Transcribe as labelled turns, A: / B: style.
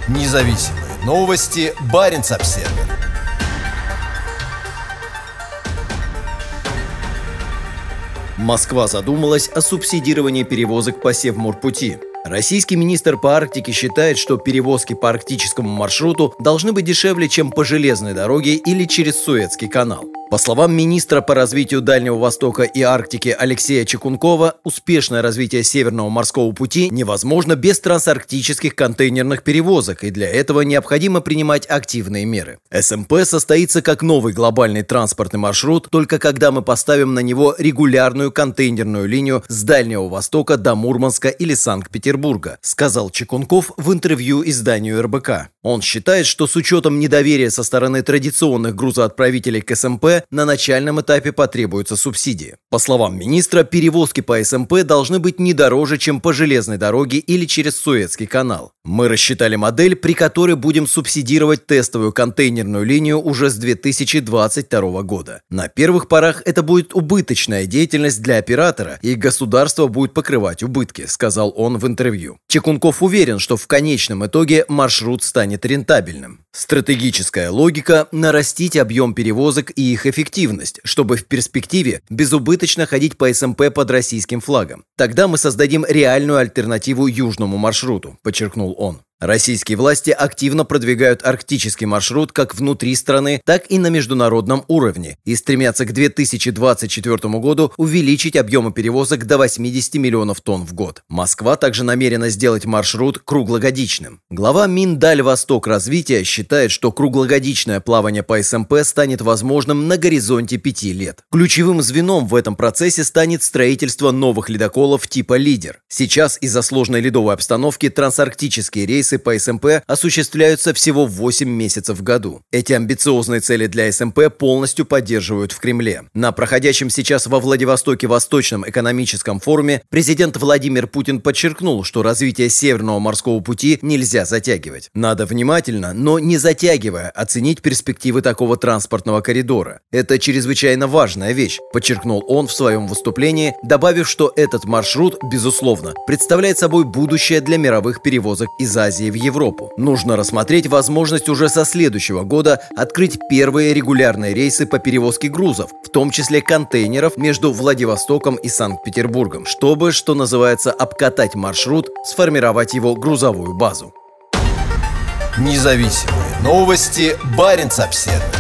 A: Независимые новости. Баренц-Обсервер. Москва задумалась о субсидировании перевозок по Севморпути. Российский министр по Арктике считает, что перевозки по арктическому маршруту должны быть дешевле, чем по железной дороге или через Суэцкий канал. По словам министра по развитию Дальнего Востока и Арктики Алексея Чекункова, успешное развитие Северного морского пути невозможно без трансарктических контейнерных перевозок, и для этого необходимо принимать активные меры. СМП состоится как новый глобальный транспортный маршрут, только когда мы поставим на него регулярную контейнерную линию с Дальнего Востока до Мурманска или Санкт-Петербурга, сказал Чекунков в интервью изданию РБК. Он считает, что с учетом недоверия со стороны традиционных грузоотправителей к СМП на начальном этапе потребуются субсидии. По словам министра, перевозки по СМП должны быть не дороже, чем по железной дороге или через Суэцкий канал. Мы рассчитали модель, при которой будем субсидировать тестовую контейнерную линию уже с 2022 года. На первых порах это будет убыточная деятельность для оператора, и государство будет покрывать убытки, сказал он в интервью. Чекунков уверен, что в конечном итоге маршрут станет рентабельным. Стратегическая логика – нарастить объем перевозок и их эффективность, чтобы в перспективе безубыточно ходить по СМП под российским флагом. Тогда мы создадим реальную альтернативу южному маршруту, подчеркнул он. Российские власти активно продвигают арктический маршрут как внутри страны, так и на международном уровне и стремятся к 2024 году увеличить объемы перевозок до 80 миллионов тонн в год. Москва также намерена сделать маршрут круглогодичным. Глава Миндальвосток-развития считает, что круглогодичное плавание по СМП станет возможным на горизонте 5 лет. Ключевым звеном в этом процессе станет строительство новых ледоколов типа «Лидер». Сейчас из-за сложной ледовой обстановки трансарктические рейсы по СМП осуществляются всего 8 месяцев в году. Эти амбициозные цели для СМП полностью поддерживают в Кремле. На проходящем сейчас во Владивостоке Восточном экономическом форуме президент Владимир Путин подчеркнул, что развитие Северного морского пути нельзя затягивать. Надо внимательно, но не затягивая, оценить перспективы такого транспортного коридора. Это чрезвычайно важная вещь, подчеркнул он в своем выступлении, добавив, что этот маршрут, безусловно, представляет собой будущее для мировых перевозок из Азии в Европу. Нужно рассмотреть возможность уже со следующего года открыть первые регулярные рейсы по перевозке грузов, в том числе контейнеров между Владивостоком и Санкт-Петербургом, чтобы, что называется, обкатать маршрут, сформировать его грузовую базу. Независимые новости. Баренц-Обсервер.